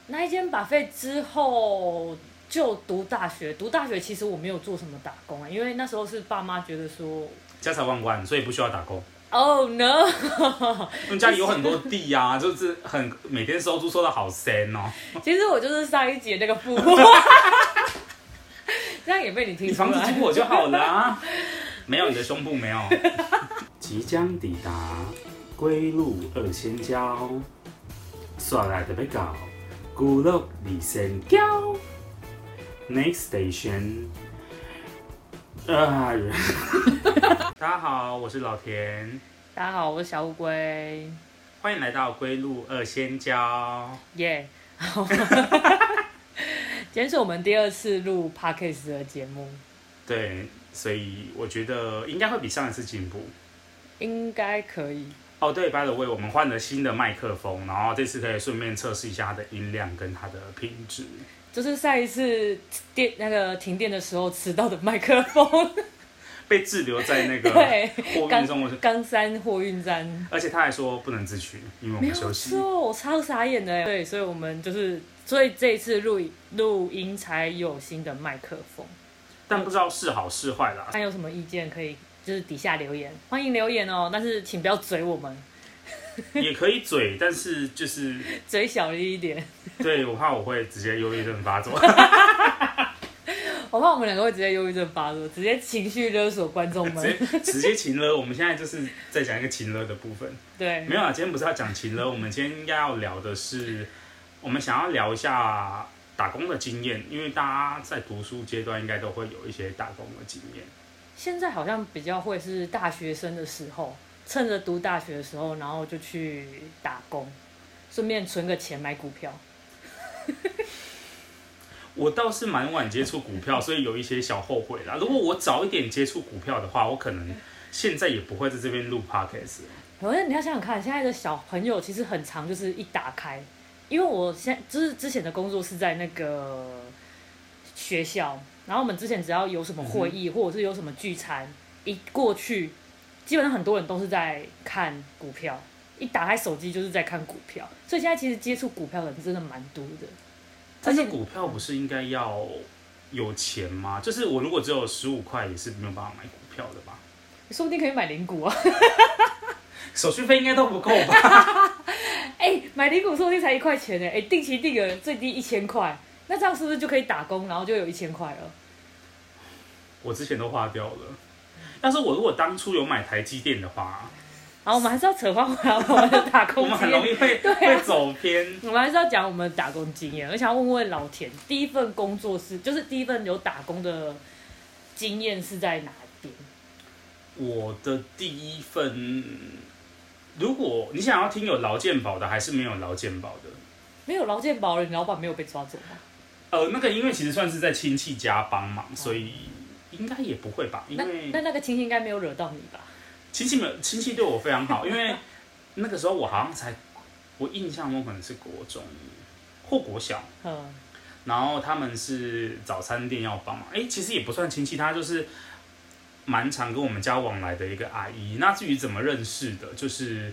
那一间 buffet 之后就读大学，读大学其实我没有做什么打工啊，因为那时候是爸妈觉得说家财万贯，所以不需要打工。 ，Oh no， 因为家里有很多地啊，就是每天收租收的好深哦。 其实我就是上一节那个富婆，这样也被你听出来。 你房子租我就好了啊，没有你的胸部没有。即将抵达龟鹿二仙交，刷来就要到古鹿二仙交。Next station， 大家好，我是老田。 大家好，我是小乌龟， 欢迎来到龟鹿二仙交。 耶、yeah. 今天是我们第2次录 Podcast 的节目， 对，所以我觉得应该会比上一次进步。 应该可以。 哦，对 ，by the way， 我们换了新的麦克风，然后这次可以顺便测试一下它的音量跟它的品质。 就是上一次停电的时候吃到的麦克风， 被滞留在那个货运中， 冈山货运站。 而且他还说不能自取，因为我们休息。 没有错，我超傻眼的。对，所以我们所以这一次录音才有新的麦克风。 但不知道是好是坏啦。 还有什么意见可以就是底下留言，欢迎留言哦，但是请不要嘴我们。 也可以嘴，但是就是嘴小力一点。 对，我怕我会直接忧郁症发作。 我怕我们2个会直接忧郁症发作，直接情绪勒索观众们。 直接情勒，我们现在就是在讲一个情勒的部分。 对， 没有啊，今天不是要讲情勒，我们今天应该要聊的是，我们想要聊一下打工的经验，因为大家在读书阶段应该都会有一些打工的经验。 现在好像比较会是大学生的时候，趁着读大学的时候，然后就去打工，顺便存个钱买股票。 我倒是蛮晚接触股票，所以有一些小后悔啦。如果我早一点接触股票的话，我可能现在也不会在这边录 podcast。 可是你要想想看，现在的小朋友其实很常就是一打开，因为我现在就是之前的工作是在那个学校，然后我们之前只要有什么会议、或者是有什么聚餐，一过去，基本上很多人都是在看股票，一打开手机就是在看股票，所以现在其实接触股票的人真的蛮多的。 但是股票不是应该要有钱吗？就是我如果只有15块，也是没有办法买股票的吧？ 说不定可以买零股啊。 手续费应该都不够吧？ 买零股说不定才1块钱呢。定期定额最低1000块，那这样是不是就可以打工，然后就有1000块了？ 我之前都花掉了。要是我如果当初有买台积电的话， 好，我们还是要扯回来我们的打工经验。 我们很容易会走偏。 我们还是要讲我们的打工经验。我想要问问老田，第一份工作就是第一份有打工的经验是在哪边？ 我的第一份，如果你想要听有劳健保的，还是没有劳健保的？ 没有劳健保的，你老板没有被抓走吗？ 那个因为其实算是在亲戚家帮忙，所以应该也不会吧？因为那个亲戚应该没有惹到你吧？ 亲戚对我非常好，因为那个时候我好像我印象中可能是国中或国小，然后他们是早餐店要帮忙，其实也不算亲戚，他就是蛮常跟我们家往来的一个阿姨。那至于怎么认识的，就是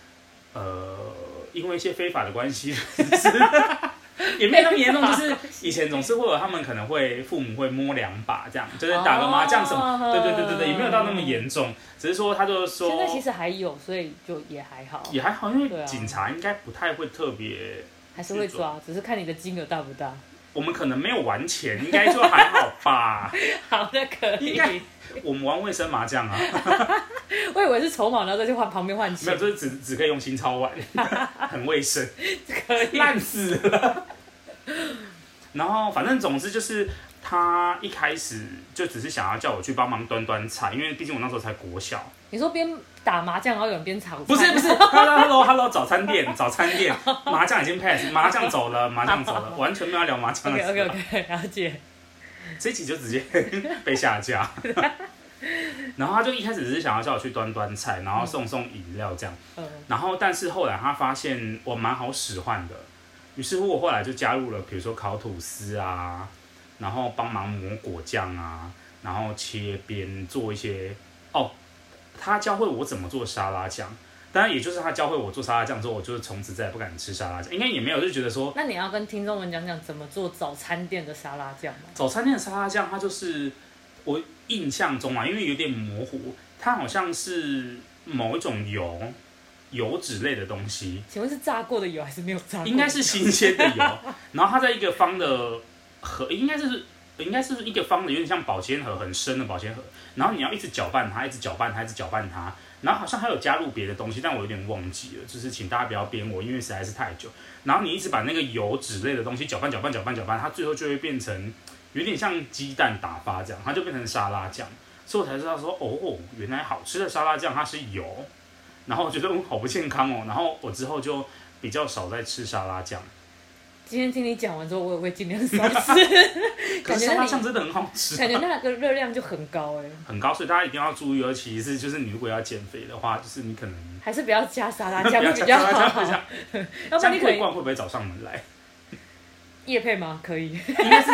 因为一些非法的关系，也没有那么严重，就是以前总是会有他们可能父母会摸2把这样，就是打个麻将什么，对，也没有到那么严重，只是说他就说现在其实还有，所以就也还好， 因为警察应该不太会特别， 还是会抓，只是看你的金额大不大。 我们可能没有玩钱，应该就还好吧。 好的，可以。 应该我们玩卫生麻将啊。 我以为是筹码，然后再去旁边换钱。 没有，就是只可以用新钞玩，很卫生。 可以。 烂死了。然后反正总之就是他一开始就只是想要叫我去帮忙端菜，因为毕竟我那时候才国小。 你说边打麻将，然后有人边炒菜？ 不是，Hello， 早餐店，麻将已经 pass， 麻将走了，完全没有要聊麻将的事。 OK， 了解。 这一集就直接被下架。然后他就一开始只是想要叫我去端菜，然后送饮料这样。然后但是后来他发现我蛮好使唤的，于是乎我后来就加入了，比如说烤吐司啊，然后帮忙抹果酱啊，然后切边做一些他教会我怎么做沙拉酱， 当然，也就是他教会我做沙拉酱之后，我就是从此再也不敢吃沙拉酱。应该也没有，就觉得说， 那你要跟听众们讲讲怎么做早餐店的沙拉酱吗？ 早餐店的沙拉酱，它就是我印象中啊，因为有点模糊，它好像是某一种油脂类的东西。 请问是炸过的油还是没有炸过的油？ 应该是新鲜的油，然后它在一个方的盒，应该是一个方的，有点像保鲜盒，很深的保鲜盒。然后你要一直搅拌它，一直搅拌它，一直搅拌它。然后好像还有加入别的东西，但我有点忘记了，就是请大家不要编我，因为实在是太久。然后你一直把那个油脂类的东西搅拌，它最后就会变成有点像鸡蛋打发这样，它就变成沙拉酱。所以我才知道说，哦，原来好吃的沙拉酱它是油。然后我觉得好不健康哦，然后我之后就比较少在吃沙拉酱。 今天听你讲完之后，我也会尽量少吃。 可是沙拉酱真的很好吃， 感觉那个热量就很高哎， 很高，所以大家一定要注意。尤其是就是你如果要减肥的话，就是你可能还是不要加沙拉酱比较好。 要不然你桂冠会不会找上门来？ 业配吗？可以。 应该是。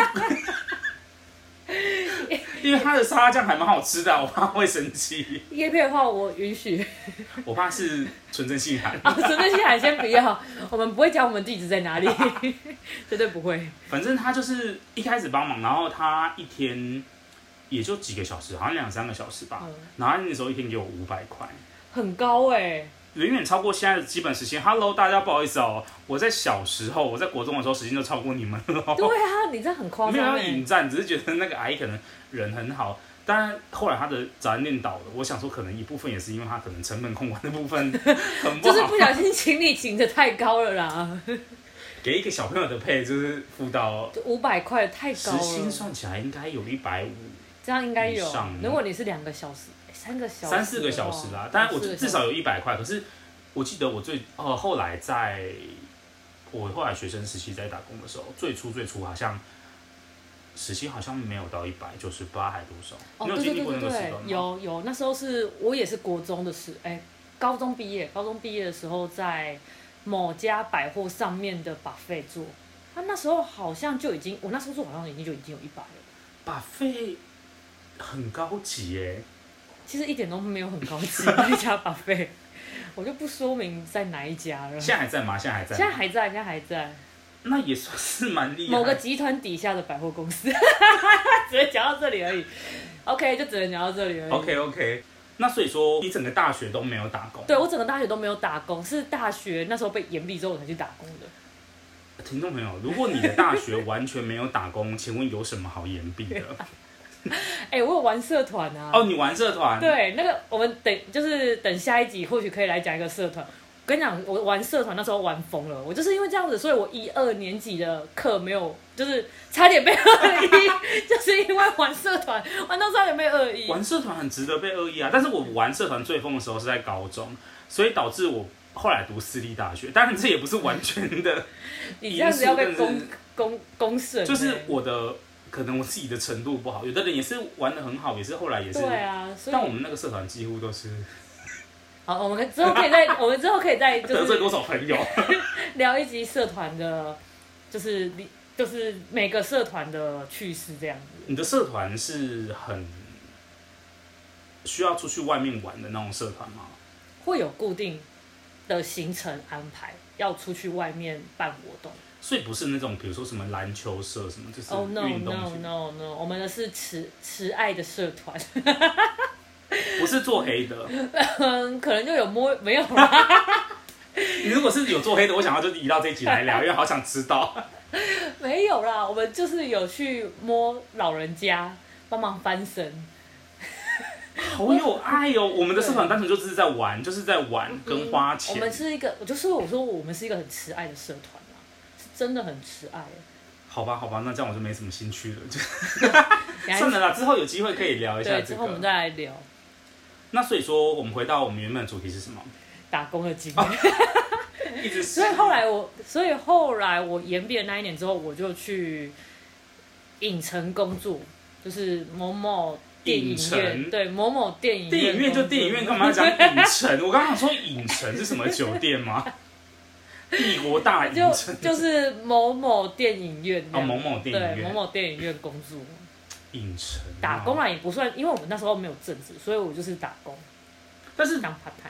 因为它的沙拉酱还蛮好吃的，我怕会生气。 业配的话，我允许。 我怕是纯正信函。 纯正信函先不要，我们不会讲我们地址在哪里，绝对不会。 反正他就是一开始帮忙，然后他一天也就几个小时，好像2-3个小时吧。然后他那时候一天给我500块， 很高哎。 远远超过现在的基本时薪。Hello， 大家不好意思哦，我在小时候，我在国中的时候时薪就超过你们了。 对啊，你这很夸张。 没有要引战，只是觉得那个阿姨可能人很好。当然后来他的早餐店倒了，我想说可能一部分也是因为他可能成本控管的部分很不好， 就是不小心请你请的太高了啦。 给一个小朋友的配就是付到 500块太高了， 时薪算起来应该有150， 这样应该有。如果你是2个小时、3个小时、 3-4个小时啦，当然我至少有100块。可是我记得我后来我后来学生时期在打工的时候，最初好像时薪好像没有到198还多少？你有经历过那个时段吗？ 有，那时候是我也是国中的高中毕业的时候在某家百货上面的 buffet 做，他那时候好像就已经，我那时候做好像已经有100了。 buffet 很高级耶。 其实一点都没有很高级那家 buffet， 我就不说明在哪一家了。 现在还在吗？现在还在。 那也算是蛮厉害。 某个集团底下的百货公司，只能讲到这里而已。OK， 就只能讲到这里而已。 OK。那所以说，你整个大学都没有打工？ 对，我整个大学都没有打工，是大学那时候被延毕之后我才去打工的。 听众朋友，如果你的大学完全没有打工，请问有什么好延毕的？ 我有玩社团啊。 哦，你玩社团？ 对，那个我们等下一集或许可以来讲一个社团。我跟你讲，我玩社团那时候玩疯了，我就是因为这样子，所以我1、2年级的课没有，就是差点被2-1，就是因为玩社团玩到差点被2-1。 玩社团很值得被2-1啊，但是我玩社团最疯的时候是在高中，所以导致我后来读私立大学。当然这也不是完全的， 你这样子要被公审。 就是可能我自己的程度不好，有的人也是玩得很好，也是后来也是。 对啊， 但我们那个社团几乎都是。 好，我们之后可以再就是得罪多少朋友聊一集社团的，就是每个社团的趣事这样子。 你的社团是很需要出去外面玩的那种社团吗？ 会有固定的行程安排，要出去外面办活动。 所以不是那种比如说什么篮球社什么，就是运动型。 No， 我们的是慈爱的社团。 不是做黑的。 可能就有没有啦。 你如果是有做黑的，我想要就移到这一集来聊，因为好想知道。 没有啦，我们就是有去摸老人家，帮忙翻身。 好有爱哦！我们的社团单纯就是在玩，跟花钱。 我们是一个，我说我们是一个很慈爱的社团啦，是真的很慈爱。 好吧，那这样我就没什么兴趣了，算了啦，之后有机会可以聊一下这个。 对，之后我们再来聊。 那所以说，我们回到我们原本的主题是什么？ 打工的经验。 一直。 所以后来我延毕的那一年之后，我就去影城工作，就是某某电影院，对，某某电影院。 电影院就电影院，干嘛要讲影城？我刚刚说影城是什么酒店吗？帝国大影城就是某某电影院。 某某电影院。 对，某某电影院工作。 影城。 打工啦也不算，因为我们那时候没有正职，所以我就是打工。 但是当 part time。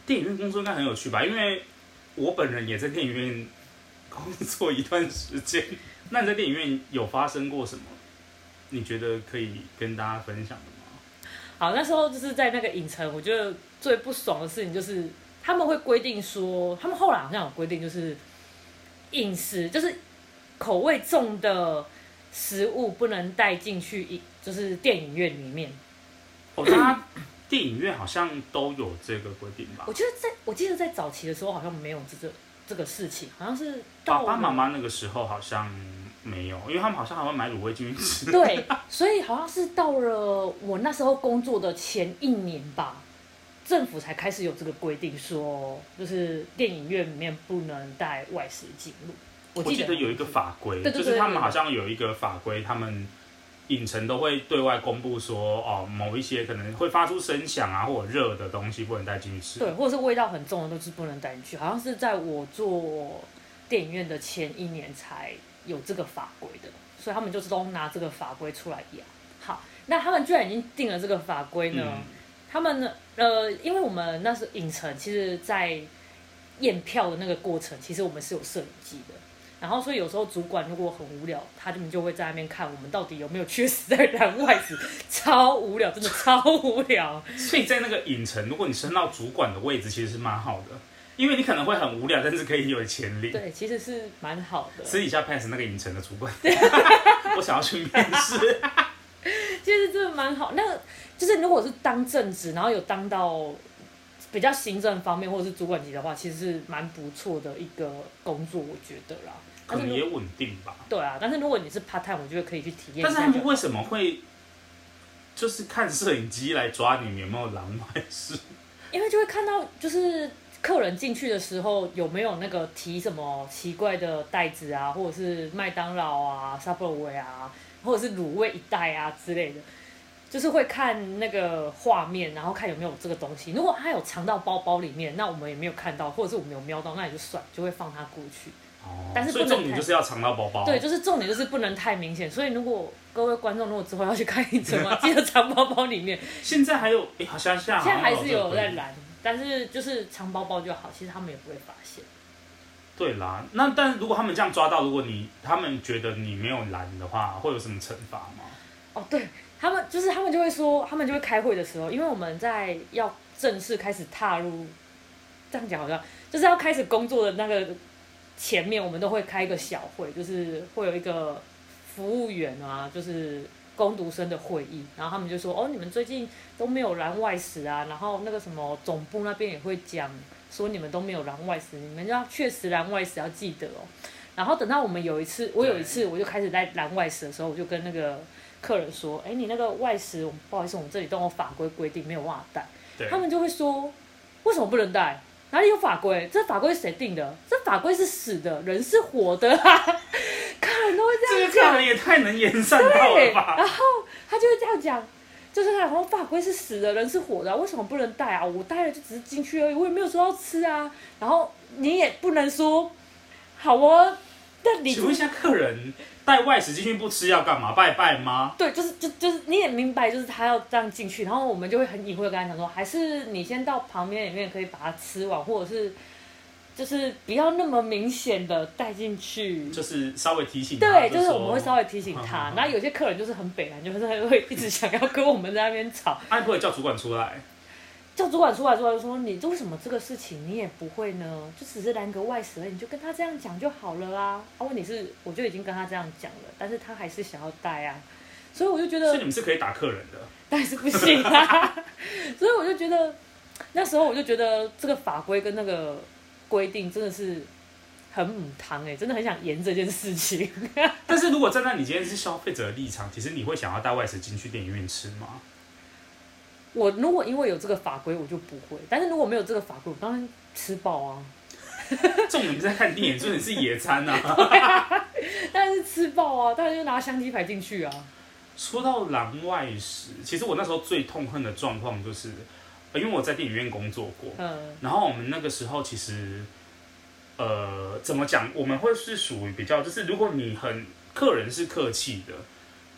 电影院工作应该很有趣吧？因为我本人也在电影院工作一段时间。那你在电影院有发生过什么？你觉得可以跟大家分享的吗？ 好，那时候就是在那个影城，我觉得最不爽的事情就是他们会规定说，他们后来好像有规定，就是饮食就是口味重的食物不能带进去，就是电影院里面。 哦，他电影院好像都有这个规定吧？ 我记得在早期的时候好像没有这个事情，好像是到爸爸妈妈那个时候好像没有，因为他们好像还会买卤味进去吃。 对，所以好像是到了我那时候工作的前1年吧，政府才开始有这个规定，说就是电影院里面不能带外食进入。我记得有一个法规， 对就是他们好像有一个法规，他们影城都会对外公布说，哦，某一些可能会发出声响啊，或者热的东西不能带进去吃。 对，或者是味道很重的都是不能带进去。好像是在我做电影院的前1年才有这个法规的，所以他们就是都拿这个法规出来压。好，那他们居然已经定了这个法规呢？他们呢？因为我们那时候影城其实，在验票的那个过程，其实我们是有摄影机的。然后，所以有时候主管如果很无聊，他们就会在那边看我们到底有没有确实在燃外食，超无聊，真的超无聊。 所以在那个影城，如果你升到主管的位置，其实是蛮好的，因为你可能会很无聊，但是可以有钱领。 对，其实是蛮好的。 私底下 pass 那个影城的主管，我想要去面试。 其实真的蛮好，那个就是如果是当正职，然后有当到比较行政方面或者是主管级的话，其实是蛮不错的一个工作，我觉得啦。 可能也稳定吧。 对啊，但是如果你是 part time， 我觉得可以去体验一下。 但是他们为什么会就是看摄影机来抓你有没有蓝外事？ 因为就会看到就是客人进去的时候有没有那个提什么奇怪的袋子啊，或者是麦当劳啊、Subway 啊，或者是卤味一袋啊之类的。就是会看那个画面，然后看有没有这个东西。如果他有藏到包包里面，那我们也没有看到，或者是我们有瞄到，那也就算，就会放他过去。但是所以重点就是要藏到包包。 对，就是重点就是不能太明显。所以如果各位观众如果之后要去看影城嘛，记得藏包包里面。 现在还有，好像现在还是有在拦，但是就是藏包包就好，其实他们也不会发现。 对啦，那但如果他们这样抓到，如果他们觉得你没有拦的话，会有什么惩罚吗？ 哦，对，他们就会说，他们就会开会的时候，因为我们在要正式开始踏入，这样讲好像就是要开始工作的那个前面，我们都会开一个小会，就是会有一个服务员啊，就是工读生的会议，然后他们就说，哦，你们最近都没有燃外食啊，然后那个什么总部那边也会讲说你们都没有燃外食，你们要确实燃外食要记得哦。然后等到我有一次我就开始在燃外食的时候，我就跟那个客人说，哎，你那个外食，不好意思，我们这里都有法规规定，没有办法带。他们就会说，为什么不能带？哪里有法规？这法规是谁定的？这法规是死的，人是活的啊！客人都会这样讲。 这个客人也太能言善道了吧？ 然后他就会这样讲，就是他说法规是死的，人是活的啊，为什么不能带啊？我带了就只是进去而已，我也没有说要吃啊。然后你也不能说，好哦，但你请问一下，客人带外食进去不吃要干嘛？拜拜吗？ 对，就是你也明白，就是他要这样进去，然后我们就会很隐晦的跟他讲说，还是你先到旁边里面可以把它吃完，或者是就是不要那么明显的带进去， 就是稍微提醒他。 对，就是我们会稍微提醒他。然后有些客人就是很北蓝，就是会一直想要跟我们在那边吵。 不会叫主管出来？ 叫主管出来就说，你为什么这个事情你也不会呢？就只是拦个外食而已，你就跟他这样讲就好了啊。问题是，我就已经跟他这样讲了，但是他还是想要带啊。所以我就觉得， 所以你们是可以打客人的， 但是不行啊。所以我就觉得，那时候我就觉得这个法规跟那个规定真的是很母汤真的很想严这件事情。 但是如果站在你今天是消费者的立场，其实你会想要带外食进去电影院吃吗？ 我如果因为有这个法规，我就不会；但是如果没有这个法规，我当然吃爆啊。 重点不是在看电影，重点是野餐啊。 当然是吃爆啊，当然就拿香鸡排进去啊。 说到蓝外食，其实我那时候最痛恨的状况就是，因为我在电影院工作过，然后我们那个时候其实，怎么讲，我们会是属于比较，就是如果你客人是客气的，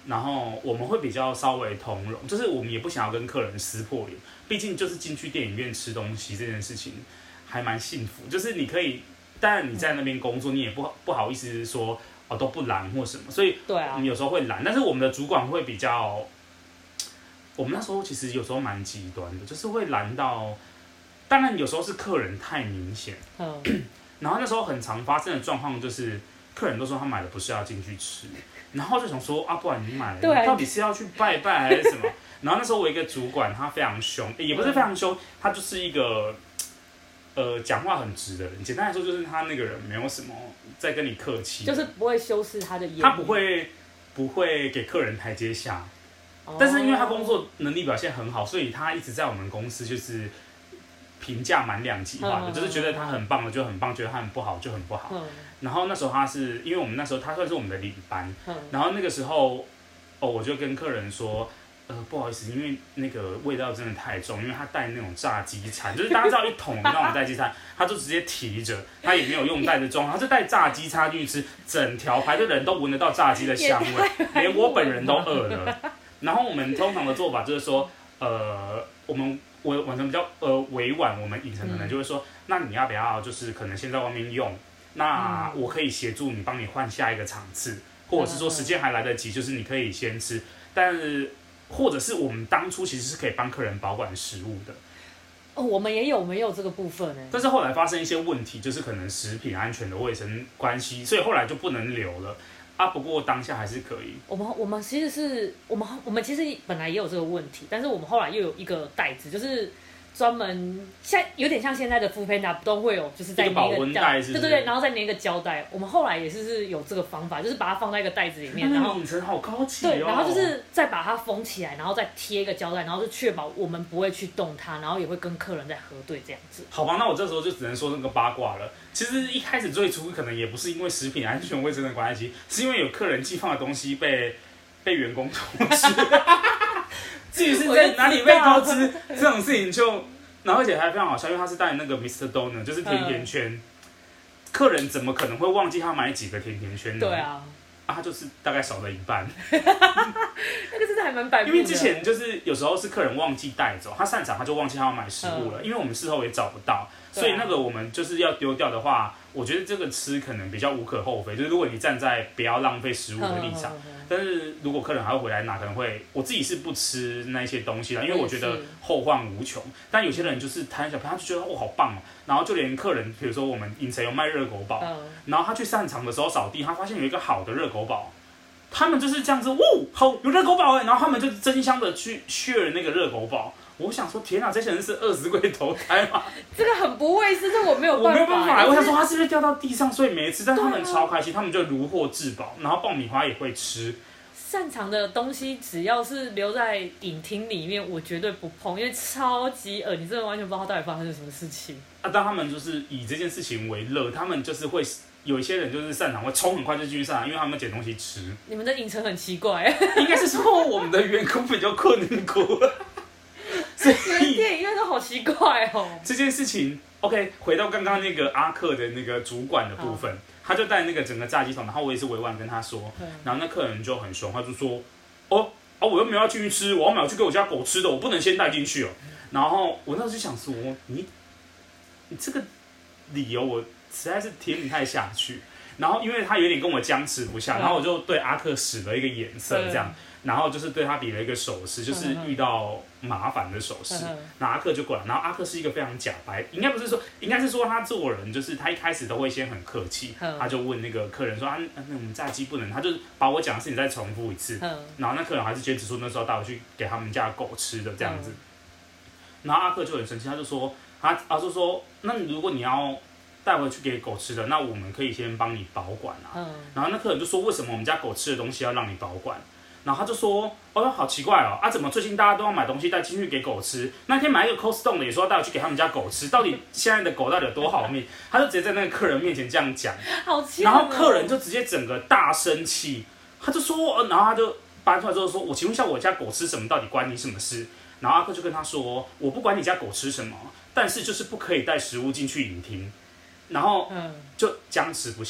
然后我们会比较稍微通融，就是我们也不想要跟客人撕破脸，毕竟就是进去电影院吃东西这件事情还蛮幸福，就是你可以，当然你在那边工作，你也不好意思说都不拦或什么，所以我们有时候会拦，但是我们的主管会比较，我们那时候其实有时候蛮极端的，就是会拦到，当然有时候是客人太明显，然后那时候很常发生的状况就是。客人都说他买的不是要进去吃，然后就想说不然你买了，你到底是要去拜拜还是什么？然后那时候我一个主管他非常凶，也不是非常凶，他就是一个讲话很直的人。简单来说就是他那个人没有什么在跟你客气， 就是不会修饰他的言语， 他不会给客人台阶下。但是因为他工作能力表现很好，所以他一直在我们公司就是评价蛮两极化的，就是觉得他很棒的就很棒，觉得他很不好就很不好。然后那时候他是因为我们那时候他算是我们的领班，然后那个时候我就跟客人说，不好意思，因为那个味道真的太重，因为他带那种炸鸡餐，就是大家知道一桶的那种炸鸡餐，他就直接提着，他也没有用袋子装，他就带炸鸡插进去吃，整条排队的人都闻得到炸鸡的香味，连我本人都饿了。然后我们通常的做法就是说，我晚上比较委婉，我们影城可能就会说，那你要不要就是可能先在外面用，那我可以协助你帮你换下一个场次，或者是说时间还来得及，就是你可以先吃，但是或者是我们当初其实是可以帮客人保管食物的。 我们也有这个部分哎， 但是后来发生一些问题，就是可能食品安全的卫生关系，所以后来就不能留了。不过当下还是可以。 我们其实是我们其实本来也有这个问题，但是我们后来又有一个袋子，就是专门有点像现在的 Foodpanda 都会有，就是在保温袋， 对，然后再粘一个胶带。我们后来也是有这个方法，就是把它放在一个袋子里面，然后影城好高级对，然后就是再把它封起来，然后再贴一个胶带，然后就确保我们不会去动它，然后也会跟客人在核对这样子。 好吧，那我这时候就只能说那个八卦了。其实一开始最初可能也不是因为食品安全卫生的关系，是因为有客人寄放的东西被员工偷吃。至于是在哪里被偷吃这种事情就，然后而且还非常好笑，因为他是带那个 Mr. Donut， 就是甜甜圈。客人怎么可能会忘记他买几个甜甜圈呢？ 对啊。 他就是大概少了一半。 那个真的还蛮百变的。 因为之前就是有时候是客人忘记带走，他散场他就忘记他要买食物了，因为我们事后也找不到，所以那个我们就是要丢掉的话，我觉得这个吃可能比较无可厚非，就是如果你站在不要浪费食物的立场，但是如果客人还会回来拿，可能会，我自己是不吃那些东西啦，因为我觉得后患无穷。但有些人就是贪小便宜，他就觉得好棒哦，然后就连客人，比如说我们影城有卖热狗堡，然后他去散场的时候扫地，他发现有一个好的热狗堡。他们就是这样子，好有热狗堡哎，然后他们就争相的去 share 那个热狗堡。我想说，天哪，这些人是饿死鬼投胎吗？ 这个很不卫生，这我没有办法。我想说，他是不是掉到地上，所以没吃？但他们超开心，他们就如获至宝，然后爆米花也会吃。 擅长的东西只要是留在影厅里面，我绝对不碰，因为超级恶，你真的完全不知道到底发生了什么事情。 当他们就是以这件事情为乐，他们就是会。有一些人就是散场会冲很快就进去散场，因为他们捡东西吃。 你们的影城很奇怪， 应该是说我们的员工比较困苦， 所以电影院都好奇怪哦。 这件事情 ，OK， 回到刚刚那个阿克的那个主管的部分，他就带那个整个炸鸡桶，然后我也是委婉跟他说，然后那客人就很凶，他就说，我又没有要进去吃，我要买去给我家狗吃的，我不能先带进去哦。然后我那时候就想说，你这个理由我。实在是贴不太下去，然后因为他有点跟我僵持不下，然后我就对阿克使了一个眼色，这样，然后就是对他比了一个手势，就是遇到麻烦的手势，那阿克就过来，然后阿克是一个非常假白，应该是说他做人就是他一开始都会先很客气，他就问那个客人说那我们炸鸡不能，他就把我讲的事情再重复一次，然后那客人还是坚持说那时候带我去给他们家的狗吃的这样子，然后阿克就很生气，他就说那如果你要带回去给狗吃的，那我们可以先帮你保管啊。然后那客人就说，为什么我们家狗吃的东西要让你保管？然后他就说，好奇怪哦，怎么最近大家都要买东西带进去给狗吃？那天买一个 Costco 的也说要带回去给他们家狗吃，到底现在的狗到底有多好命？他就直接在那个客人面前这样讲，然后客人就直接整个大生气，他就说，然后他就搬出来之后说，我请问一下我家狗吃什么，到底关你什么事？然后阿克就跟他说，我不管你家狗吃什么，但是就是不可以带食物进去影厅。然后就僵持不下，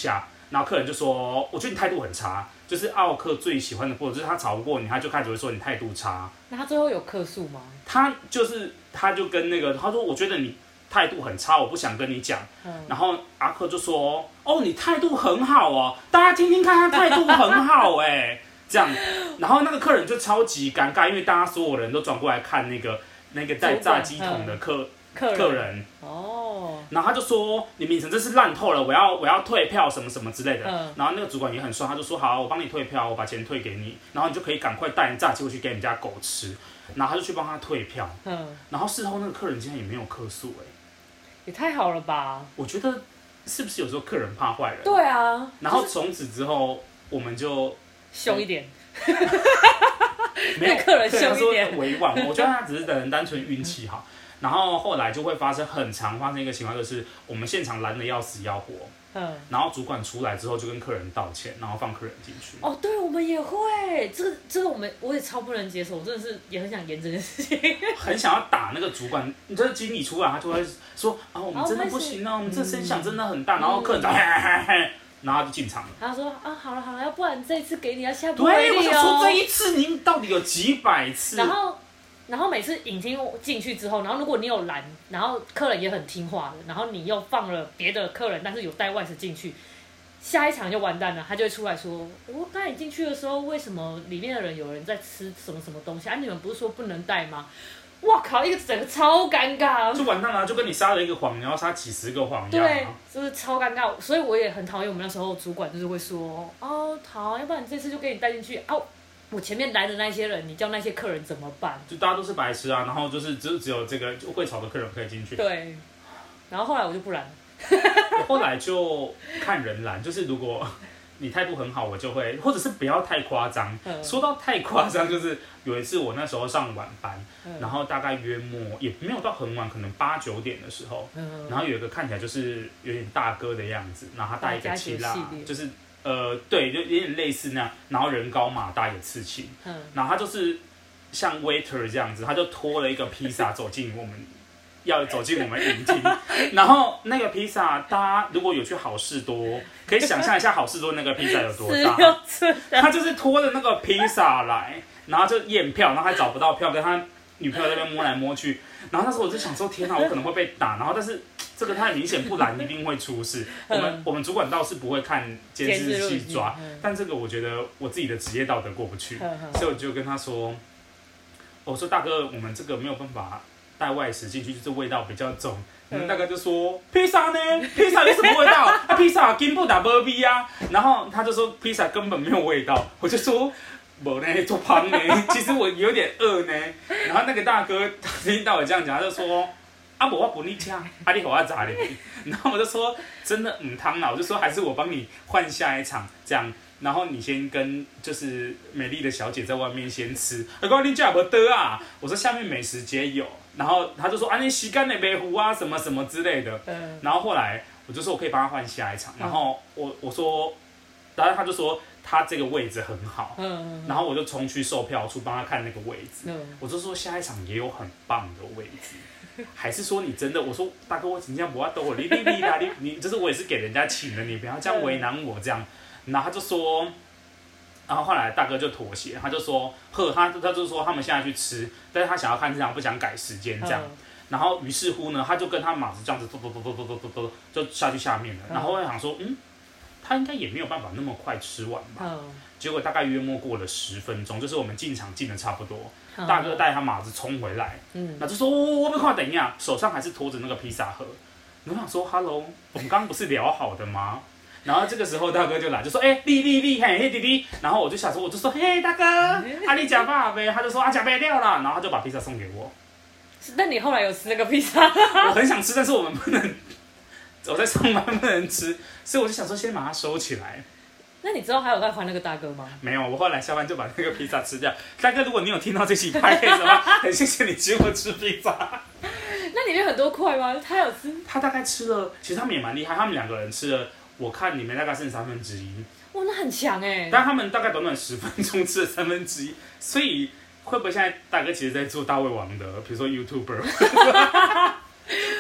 然后客人就说，我觉得你态度很差，就是奥客最喜欢的波，就是他吵不过你，他就开始会说你态度差。 那他最后有客诉吗？ 他就跟那个他说，我觉得你态度很差，我不想跟你讲。然后阿克就说，哦，你态度很好哦，大家听听看，他态度很好哎，这样。然后那个客人就超级尴尬，因为大家所有人都转过来看那个在炸鸡桶的客人哦，然后他就说你名称真是烂透了，我要退票什么什么之类的。然后那个主管也很帅，他就说好，我帮你退票，我把钱退给你，然后你就可以赶快带炸鸡回去给人家狗吃。然后他就去帮他退票。然后事后那个客人竟然也没有客诉也太好了吧？ 我觉得是不是有时候客人怕坏人？ 对啊。 然后从此之后我们就凶一点。 没有客人凶一点， 委婉。我觉得他只是单纯运气好。然后后来就会发生一个情况，就是我们现场拦得要死要活，然后主管出来之后就跟客人道歉，然后放客人进去。 哦，对，我们也会，这个我也超不能接受，我真的是也很想演这件事情， 很想要打那个主管，你这经理出来，他就会说啊，我们真的不行哦，我们这声响真的很大，然后客人就嘿嘿嘿。然后他就进场了。 他说啊，好了，要不然这一次给你，要下不为你哦。对，我想说这一次你到底有几百次？ 然后每次影厅进去之后，然后如果你有拦，然后客人也很听话的，然后你又放了别的客人，但是有带外食进去，下一场就完蛋了，他就会出来说，我刚才你进去的时候，为什么里面的人有人在吃什么什么东西啊？你们不是说不能带吗？哇靠，一个整个超尴尬， 就完蛋了，就跟你撒了一个谎，你要撒几十个谎一样。 对，就是超尴尬，所以我也很讨厌我们那时候主管就是会说，哦好，要不然你这次就给你带进去啊。我前面来的那些人，你叫那些客人怎么办？ 就大家都是白痴啊，然后只有这个会吵的客人可以进去。 对，然后后来我就不拦了。 后来就看人拦，就是如果你态度很好，我就会，或者是不要太夸张。说到太夸张，就是有一次我那时候上晚班，然后大概约莫也没有到很晚，可能8、9点的时候，然后有一个看起来就是有点大哥的样子，然后他带一个气拉，就是对，就有点类似那样，然后人高马大也刺青，然后他就是像 waiter 这样子，他就拖了一个披萨走进我们影厅，然后那个披萨，大家如果有去好事多，可以想象一下好事多那个披萨有多大，他就是拖着那个披萨来，然后就验票，然后还找不到票，跟他女朋友在那边摸来摸去，然后那时候我就想说，天哪，我可能会被打，然后但是这个太明显，不然一定会出事。我们主管倒是不会看监视器抓，但这个我觉得我自己的职业道德过不去，所以我就跟他说，我说大哥，我们这个没有办法带外食进去，就是味道比较重。大哥就说披萨呢？披萨有什么味道？啊，披萨根本打没味啊。然后他就说披萨根本没有味道，我就说没呢，做胖呢。其实我有点饿呢。然后那个大哥听到我这样讲，他就说啊，我不你抢，啊你给我炸哩。然后我就说真的汤啦，我就说还是我帮你换下一场这样。然后你先跟就是美丽的小姐在外面先吃，我说你这不得啊，我说下面美食街有，然后他就说啊你洗干的白胡啊什么什么之类的，然后后来我就说我可以帮他换下一场，然后我说，然后他就说他这个位置很好，然后我就冲去售票处帮他看那个位置，我就说下一场也有很棒的位置，还是说你真的？我说大哥我真的不要兜你啦，你就是我也是给人家请的，你不要这样为难我这样。然后他就说，然后后来大哥就妥协，他就说，他就说他们现在去吃，但是他想要看这场，不想改时间这样。然后于是乎呢，他就跟他马子这样子就下去下面了。然后我想说，他应该也没有办法那么快吃完吧。结果大概约莫过了10分钟，就是我们进场进的差不多，大哥带他马子冲回来，那就说我没看等一下，手上还是拖着那个披萨盒。我想说 ，Hello， 我们刚刚不是聊好的吗？然后这个时候大哥就来，就说：“丽，嘿弟弟。”然后我就想说，我就说：“嘿大哥，你吃饱呗？”他就说：“吃不掉了。”然后他就把披萨送给我。 那你后来有吃那个披萨？ 我很想吃，但是我们不能，我在上班不能吃，所以我就想说先把它收起来。 那你之后还有再还那个大哥吗？ 没有，我后来下班就把那个披萨吃掉。大哥，如果你有听到这期 podcast 的话，很谢谢你请我吃披萨。 那里面很多块吗？他有吃？ 他大概吃了，其实他们也蛮厉害，他们2个人吃了。我看里面大概剩1/3， 哇，那很强哎！ 但他们大概短短10分钟吃了1/3，所以会不会现在大哥其实在做大胃王的，比如说 YouTuber？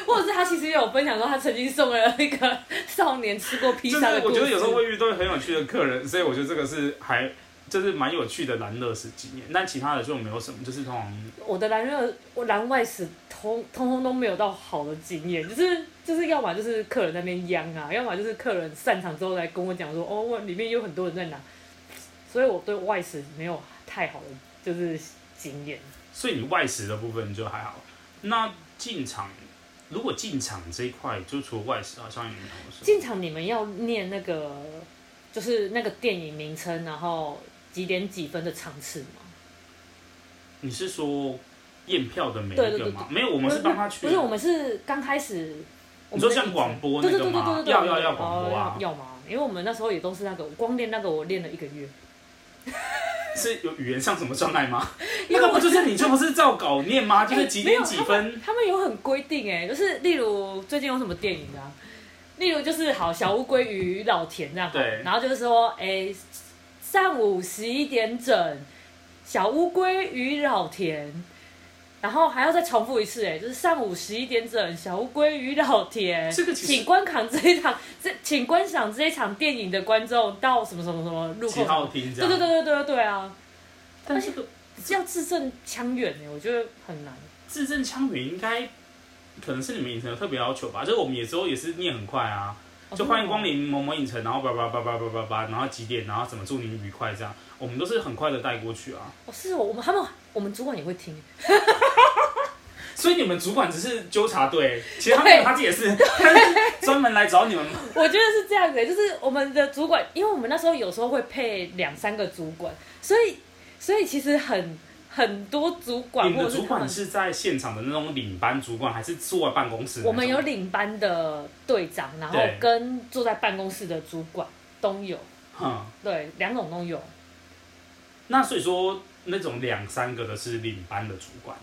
或者是他其实也有分享说他曾经送了一个少年吃过披萨的故事。 就是我觉得有时候会遇到很有趣的客人，所以我觉得这个是就是蛮有趣的蓝乐死经验，但其他的就没有什么，就是通常我的蓝外史通通都没有到好的经验，就是要么就是客人在那边央啊，要么就是客人散场之后来跟我讲说，哦，里面有很多人在拿，所以我对外史没有太好的就是经验。 所以你外食的部分就还好。那如果进场这一块，就除了外食，好像你们说进场你们要念那个就是那个电影名称，然后几点几分的场次吗？ 你是说验票的每一个吗？没有，我们是帮他去。 不是，我们是刚开始。 你说像广播那个吗？要广播啊！ 要吗？因为我们那时候也都是那个，光练那个我练了1个月。 是有语言上什么障碍吗？那个不就是你就不是照稿念吗？就是几点几分？ 他们有很规定就是例如最近有什么电影啊？例如就是好小乌龟与老田这样， 对， 然后就是说上午11点整，小乌龟与老田，然后还要再重复一次就是上午11点整，小乌龟与老田，请观赏请观赏这一场电影的观众到什么什么什么入口 7号厅这样。 对啊！ 但这个要字正腔圆我觉得很难。 字正腔圆应该可能是你们影城有特别要求吧？就是我们有时候也是念很快啊，就欢迎光临某某影城，然后叭，然后几点，然后怎么祝您愉快这样，我们都是很快的带过去啊。 是我们主管也会听。 所以你们主管只是纠察队，其实他自己也是专门来找你们。 我觉得是这样子就是我们的主管，因为我们那时候有时候会配2-3个主管，所以其实很多主管。 你们的主管是在现场的那种领班主管，还是坐在办公室？ 我们有领班的队长，然后跟坐在办公室的主管都有。对，2种都有。 那所以说那种2-3个的是领班的主管。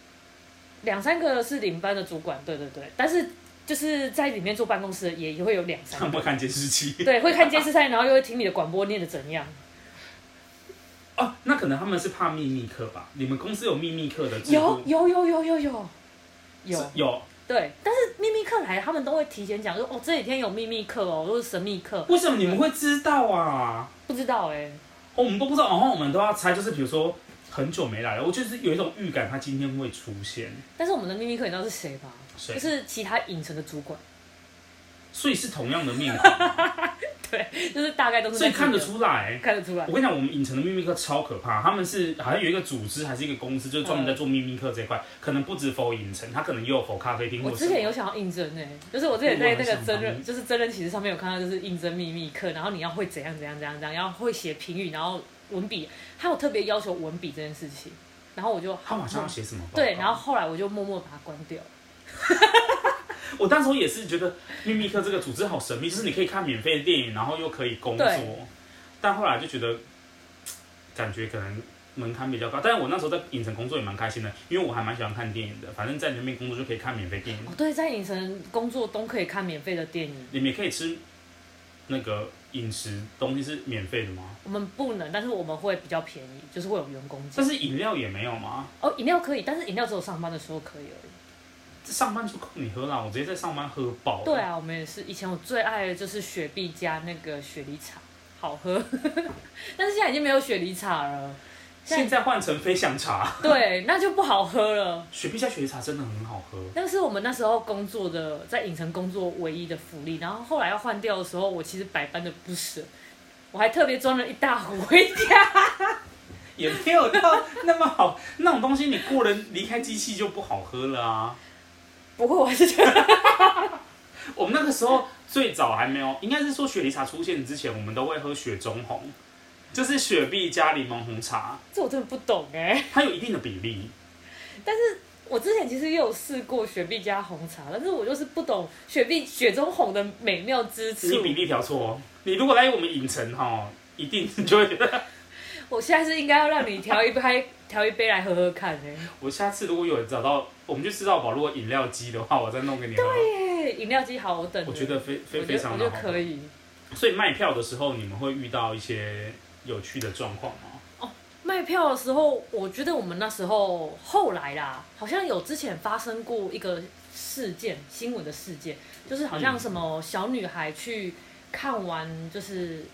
2-3个是领班的主管，对，但是就是在里面坐办公室也会有2-3个。 他们会看监视器。 对，会看监视器，然后又会听你的广播念得怎样。 那可能他们是怕秘密课吧？你们公司有秘密课的制度？有。 对，但是秘密课来，他们都会提前讲说，这几天有秘密课都是神秘课。 为什么你们会知道啊？ 不知道我们都不知道，然后我们都要猜，就是比如说很久没来了，我就是有一种预感，他今天会出现。 但是我们的秘密课你知道是谁吗？就是其他影城的主管。 所以是同样的面孔。 对，就是大概都是。 所以看得出来。 我跟你讲，我们影城的秘密课超可怕，他们是好像有一个组织还是一个公司，就是专门在做秘密课这一块，可能不止否影城，他可能也有否咖啡厅。 我之前有想要应征就是我之前在那个真人启事上面有看到，就是应征秘密课，然后你要会怎样，然后会写评语，然后文笔，他有特别要求文笔这件事情，然后我就他好像要写什么？ 对，然后后来我就默默把它关掉了。 我当时也是觉得秘密课这个组织好神秘，就是你可以看免费的电影，然后又可以工作，但后来就觉得感觉可能门槛比较高。但是我那时候在影城工作也蛮开心的，因为我还蛮喜欢看电影的，反正在里面工作就可以看免费电影。 对，在影城工作都可以看免费的电影。 你们也可以吃那个饮食东西是免费的吗？ 我们不能，但是我们会比较便宜，就是会有员工奖。 但是饮料也没有吗？ 饮料可以，但是饮料只有上班的时候可以而已。 上班就够你喝啦，我直接在上班喝饱。 对啊，我们也是。以前我最爱的就是雪碧加那个雪梨茶，好喝。但是现在已经没有雪梨茶了， 现在换成飞翔茶。 对，那就不好喝了。 雪碧加雪梨茶真的很好喝。 那是我们那时候工作的，在影城工作唯一的福利。然后后来要换掉的时候，我其实百般的不舍，我还特别装了一大壶回家。 也没有到那么好，那种东西你过了离开机器就不好喝了啊。 不会，我还是觉得。 我们那个时候最早还没有，应该是说雪梨茶出现之前，我们都会喝雪中红，就是雪碧加柠檬红茶。 这我真的不懂它有一定的比例。 但是我之前其实也有试过雪碧加红茶，但是我就是不懂雪中红的美妙之处。 你比例调错，你如果来我们影城一定就会觉得。 我现在是应该要让你调一杯来喝喝看我下次如果有人找到，我们去吃到饱，如果饮料机的话，我再弄给你喝。 对，饮料机好，我等。 我觉得非常好。 我觉得可以。 所以卖票的时候，你们会遇到一些有趣的状况吗？ 卖票的时候，我觉得我们那时候后来啦，好像有之前发生过一个事件，新闻的事件，就是好像什么小女孩去看完就是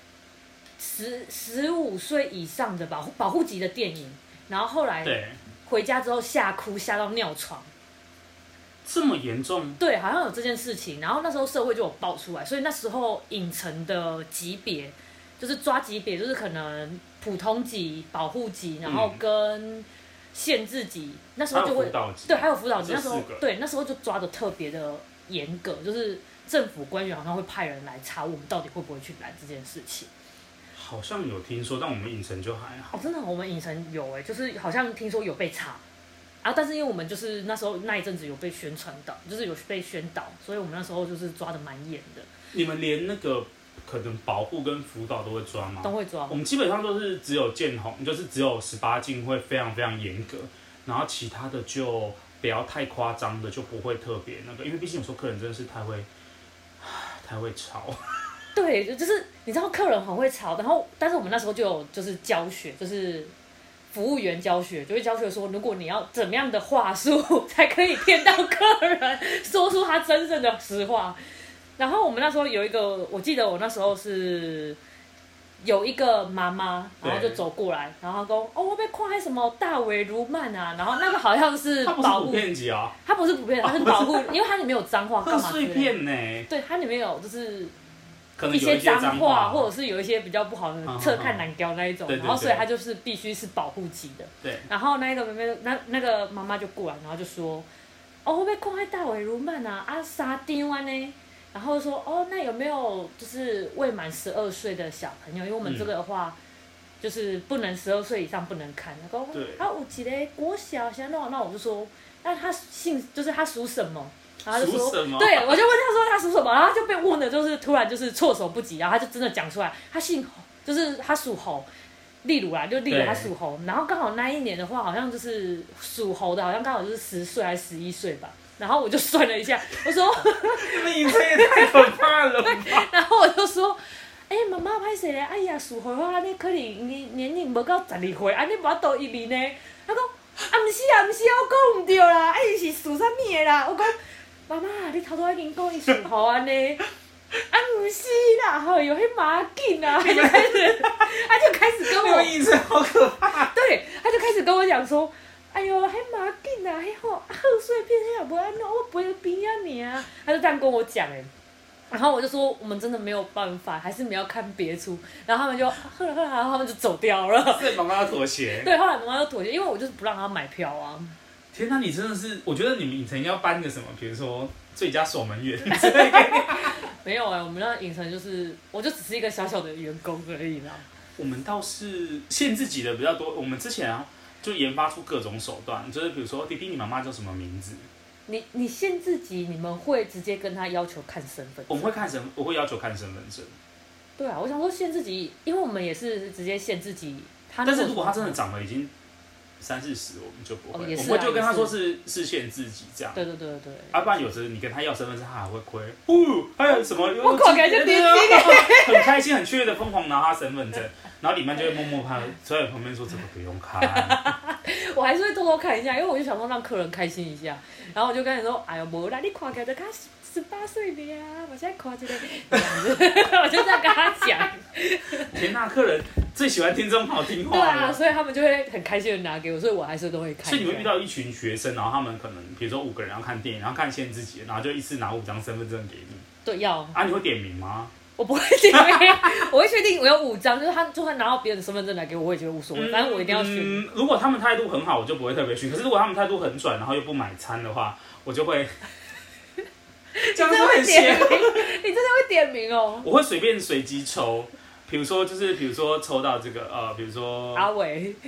15岁以上的保护级的电影，然后后来回家之后吓哭，吓到尿床。 这么严重？ 对，好像有这件事情，然后那时候社会就有爆出来，所以那时候影城的级别就是抓级别，就是可能普通级、保护级，然后跟限制级，那时候就会对，还有辅导级，那时候对，那时候就抓的特别的严格，就是政府官员好像会派人来查我们到底会不会去拦这件事情。 好像有听说，但我们影城就还好。 哦，真的，我们影城有就是好像听说有被查。啊，但是因为我们就是那时候那一阵子有被宣传到，就是有被宣导，所以我们那时候就是抓的蛮严的。 你们连那个可能保护跟辅导都会抓吗？ 都会抓。 我们基本上都是只有见红，就是只有18禁会非常非常严格，然后其他的就不要太夸张的就不会特别那个，因为毕竟有时候客人真的是太会吵。 对，就是你知道客人很会吵，然后但是我们那时候就有就是教学，就是服务员教学，就会教学说，如果你要怎么样的话术才可以骗到客人，说出他真正的实话。然后我们那时候有一个，我记得我那时候是有一个妈妈，然后就走过来，然后说：“哦，我被看那什么大尾如曼啊。”然后那个好像是保护， 它不是普遍级啊， 它不是普遍，它是保护，因为它里面有脏话，干嘛？ 碎片呢？ 对，它里面有就是可能一些脏话， 或者是有一些比较不好的侧看难雕那一种，然后所以它就是必须是保护级的。 对。 然后那个妹妹，那个妈妈就过来，然后就说：“哦，我被看那大尾如曼啊，啊3张啊呢。”然后说：“哦，那有没有就是未满12岁的小朋友？因为我们这个的话，就是不能12岁以上不能看。”他说：“啊，有一个国小小那我就说：“那他就是他属什么？”然后他就说：“对，我就问他说他属什么，然后他就被问的就是突然就是措手不及，然后他就真的讲出来，他姓侯，就是他属猴。”例如他属猴，然后刚好那一年的话，好像就是属猴的，好像刚好就是10岁还是11岁吧。然后我就算了一下，我说：“ 你们影城也太可怕了吧！” 然后我就说：“妈妈歹势咧，哎呀，属猴啊，你可能年龄无到12岁，安尼无法度1年呢。”他讲：“啊，毋是啊，我讲唔对啦，伊是属啥物的啦？”我讲：“妈妈，你头拄已经讲伊属猴安尼。”啊，不是啦，吼，有迄麻紧啊，他就开始跟我， 你们好可怕。 对，他就开始跟我讲说，哎呦，迄麻紧啊，迄好贺岁片，迄也无安怎，我陪边啊尔。他就这样跟我讲然后我就说，我们真的没有办法，还是没有看别出。然后他们就喝了，然后他们就走掉了。 对，妈妈要妥协。 对，后来妈妈就妥协，因为我就是不让他买票啊。 天哪，你真的是，我觉得你们影城要颁个什么，比如说最佳守门员之类的。 没有我们那影城就是，我就只是一个小小的员工而已啦。 我们倒是限制级的比较多，我们之前就研发出各种手段，就是比如说弟弟，你妈妈叫什么名字？ 你限制级，你们会直接跟他要求看身份证？ 我们会我会要求看身份证。 对啊，我想说限制级，因为我们也是直接限制级。 但是如果他真的长得已经30-40，我们就不会， 我们就跟他说是限制级这样。 对。 不然有时你跟他要身份证，他还会亏。还有什么？ 我靠，感觉年轻很开心、很雀跃的疯狂拿他身份证，然后里面就会默默拍，坐在旁边说这个不用看。 我还是会偷偷看一下，因为我就想说让客人开心一下，然后我就跟他说：“哎呦，无啦，你看起来就较18岁的呀，我现在看一个这样子。”我就这样跟他讲。 天哪，客人最喜欢听这种好听话。 对啊，所以他们就会很开心的拿给我，所以我还是都会看。 所以你会遇到一群学生，然后他们可能比如说5个人要看电影，然后看限制级，然后就一次拿5张身份证给你。 对，要。 啊，你会点名吗？ 我不会点名，我会确定我有5张，就是他就算拿到别人的身份证来给我，我也觉得无所谓，反正我一定要选。 如果他们态度很好，我就不会特别选。可是如果他们态度很拽，然后又不买餐的话，我就会。这样子很邪。 你真的会点名哦？ 我会随机抽，比如说抽到这个比如说阿伟，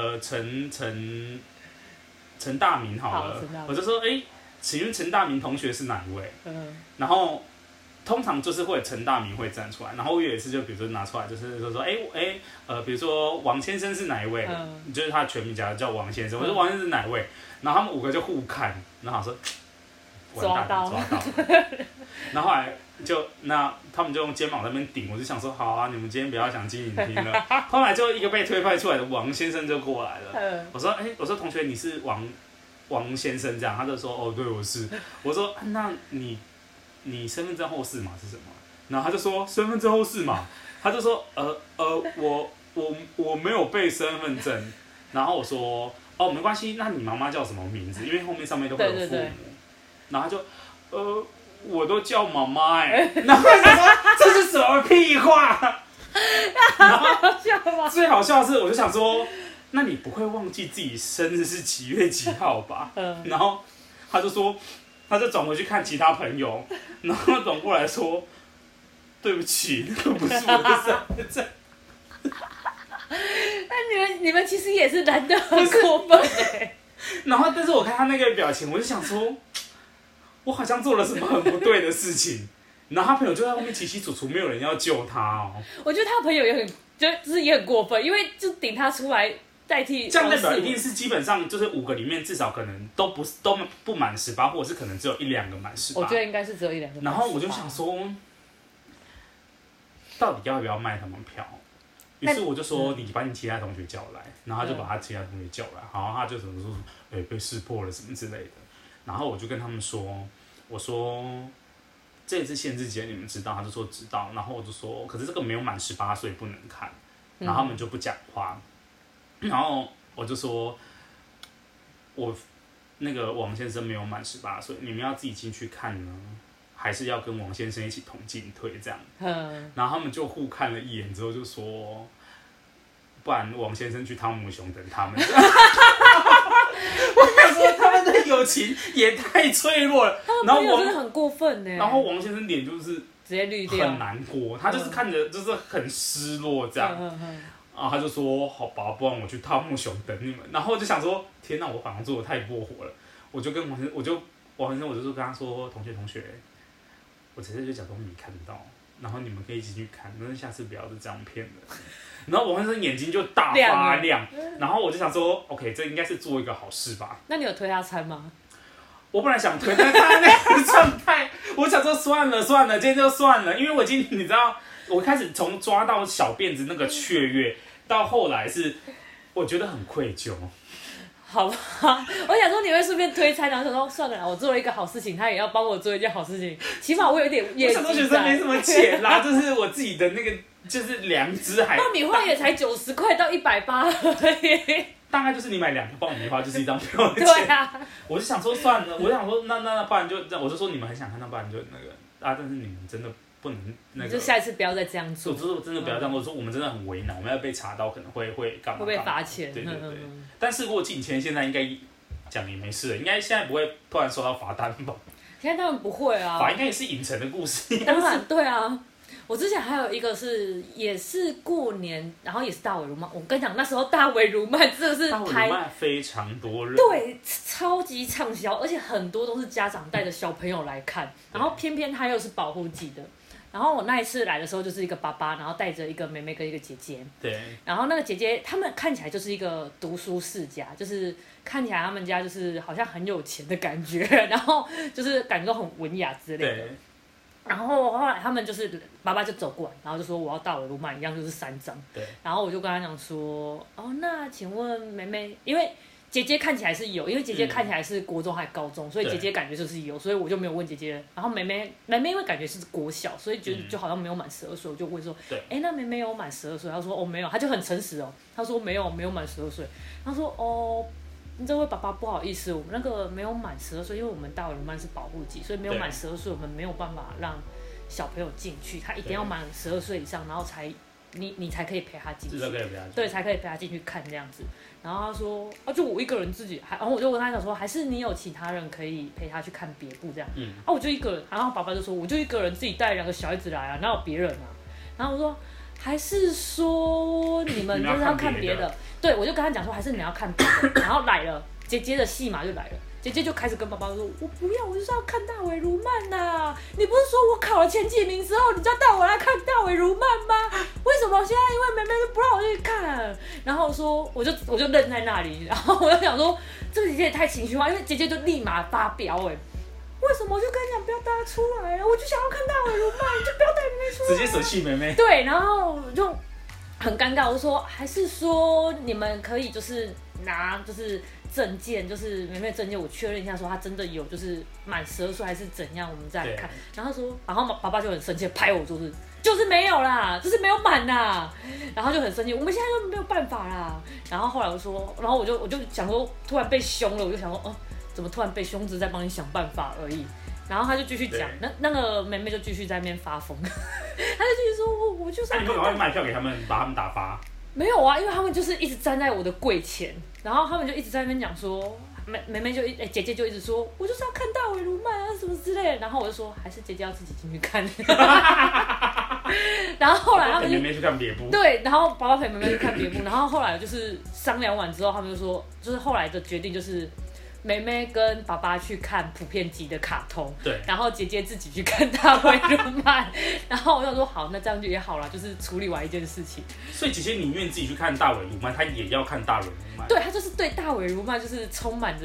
陈大明好了，我就说请问陈大明同学是哪一位？然后。通常就是会陈大明会站出来，然后我有一次就比如说拿出来，就是说比如说王先生是哪一位？就是他的全名叫王先生，我说王先生是哪一位？然后他们5个就互看，然后说抓到。 然后后来他们就用肩膀在那边顶，我就想说好啊，你们今天不要讲金影厅了。后来就一个被推派出来的王先生就过来了，我说同学你是王先生这样，他就说哦对我是，我说那你身份证后四码是什么？然后他就说身份证后四码，他就说我没有背身份证，然后我说哦没关系，那你妈妈叫什么名字？因为后面上面都会有父母，对，然后他就我都叫妈妈然后我想说这是什么屁话？然后最好笑的是，我就想说，那你不会忘记自己生日是几月几号吧？然后他就转回去看其他朋友，然后转过来说，对不起，那个不是我的身份证。 那你们其实也是男的很过分然后，但是我看他那个表情，我就想说。我好像做了什么很不对的事情，然后他朋友就在后面起起楚楚，没有人要救他哦。 我觉得他朋友也很过分，因为就顶他出来代替。 这样代表一定是基本上就是5个里面至少可能都不满18，或者是可能只有1、2个满18。 我觉得应该是只有1、2个。 然后我就想说，到底要不要卖他们票？于是我就说，你把你其他同学叫来，然后他就把他其他同学叫来，然后他就怎么说，被识破了什么之类的。然后我就跟他们说，我说这一次限制级你们知道？他就说知道。然后我就说，可是这个没有满18岁不能看。然后他们就不讲话。然后我就说，我那个王先生没有满18岁，你们要自己进去看呢，还是要跟王先生一起同进退这样？然后他们就互看了一眼之后就说，不然王先生去汤姆熊等他们。我想说他们的友情也太脆弱了， 然后真的很过分呢。 然后王先生脸就是直接绿掉， 很难过，他就是看着就是很失落这样。然后他就说好吧，不然我去汤姆熊等你们。然后我就想说天哪，我反而做的太过火了。我就跟王先生，我就跟他说同学，我直接就假装没看到，然后你们可以一起去看，但是下次不要再这样骗人。然后王先生眼睛就大发亮，然后我就想说 ，OK， 这应该是做一个好事吧。 那你有推他餐吗？ 我本来想推，但他那个状态，我想说算了，今天就算了，因为我已经你知道，我开始从抓到小辫子那个雀跃，到后来是我觉得很愧疚。 好吧，我想说你会顺便推餐，然后想说算了啦，我做了一个好事情，他也要帮我做一件好事情，起码我有点业绩在。 我想说学生没什么钱啦，就是我自己的那个就是良知还。 爆米花也才90块到180而已。 大概就是你买2个爆米花就是一张票的钱。 对啊。 我就想说算了，我想说那不然就我就说你们很想看，那不然就那个但是你们真的不能那个。 就下一次不要再这样做。 我说真的不要这样做，我说我们真的很为难，我们要被查到可能会干嘛？ 会被罚钱。 对。但是如果进签现在应该讲也没事了，应该现在不会突然收到罚单吧？ 现在当然不会啊。 罚应该也是影城的故事。 当然对啊。我之前还有一个也是过年，然后也是大尾鲈鳗。我跟你讲，那时候大尾鲈鳗真的是大尾鲈鳗非常多人， 对，超级畅销，而且很多都是家长带着小朋友来看，然后偏偏它又是保护级的。然后我那一次来的时候，就是一个爸爸，然后带着一个妹妹跟一个姐姐。 对。 然后那个姐姐，他们看起来就是一个读书世家，就是看起来他们家就是好像很有钱的感觉，然后就是感觉都很文雅之类的。对。然后后来他们就是爸爸就走过来，然后就说我要大尾鲈鳗一样就是3张。 对。 然后我就跟他讲说，哦，那请问妹妹，因为姐姐看起来是有，因为姐姐看起来是国中还高中，所以姐姐感觉就是有，所以我就没有问姐姐。然后妹妹因为感觉是国小，所以觉得就好像没有满12岁，我就问说，那妹妹有满12岁？她说哦没有，她就很诚实哦，她说没有满12岁。她说哦。这位爸爸不好意思，我们那个没有满12岁，因为我们大尾鲈鳗是保护级，所以没有满12岁，我们没有办法让小朋友进去，他一定要满12岁以上，然后才你才可以陪他进去，对，才可以陪他进去看这样子。然后他说就我一个人自己，然后我就跟他讲说，还是你有其他人可以陪他去看别部这样。我就一个人，然后爸爸就说我就一个人自己带2个小孩子来啊，哪有别人啊？然后我说还是说你们就是要看别的？对，我就跟他讲说，还是你要看别的。然后来了，姐姐的戏码就来了，姐姐就开始跟爸爸说，我不要，我就是要看大尾鲈鳗呐！你不是说我考了前几名之后，你就要带我来看大尾鲈鳗吗？为什么现在因为妹妹就不让我去看？然后说我就愣在那里，然后我就想说，这个姐姐也太情绪化，因为姐姐就立马发飙为什么我就跟你讲不要带她出来了？我就想要看大尾鲈鳗，你就不要带妹妹出来。 直接舍弃妹妹。 对，然后就很尴尬，我就说还是说你们可以就是拿就是证件，就是妹妹证件，我确认一下说她真的有就是满12岁还是怎样，我们再来看。然后说，然后爸爸就很生气，拍我桌子，就是没有啦，就是没有满啦。然后就很生气，我们现在都没有办法啦。然后后来我说，然后我就想说，突然被凶了，我就想说，哦，怎么突然被凶？只是在帮你想办法而已。然后他就继续讲，那个妹妹就继续在那边发疯，他就继续说，我就是要看到。那你赶快卖票给他们，把他们打发？ 没有啊，因为他们就是一直站在我的柜前，然后他们就一直在那边讲说，妹妹就姐姐就一直说，我就是要看大尾鲈鳗啊什么之类的，然后我就说，还是姐姐要自己进去看。然后后来他们就陪妹妹去看别部。 对，然后爸爸陪妹妹去看别部，然后后来就是商量完之后，他们就说，就是后来的决定就是。妹妹跟爸爸去看普遍级的卡通， 对， 然后姐姐自己去看大尾鲈鳗，然后我想说好，那这样就也好了，就是处理完一件事情。 所以姐姐宁愿自己去看大尾鲈鳗，她也要看大尾鲈鳗。 对，她就是对大尾鲈鳗就是充满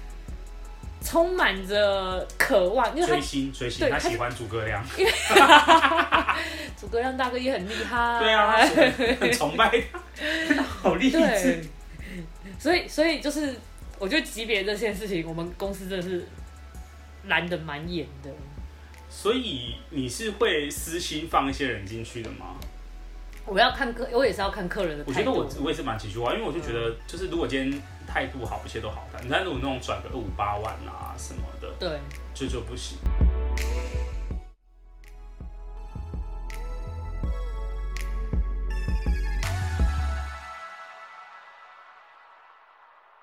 着渴望，因为追星，她喜欢诸葛亮， 因为诸葛亮大哥也很厉害， 对啊，很崇拜他，好励志。 所以就是。我觉得级别这件事情，我们公司真的是拦得蛮严的。 所以你是会私心放一些人进去的吗？ 我也是要看客人的态度。 我觉得我也是蛮情绪化，因为我就觉得，就是如果今天态度好，一切都好谈。但如果那种转个2、5、8万啊什么的， 对， 就不行。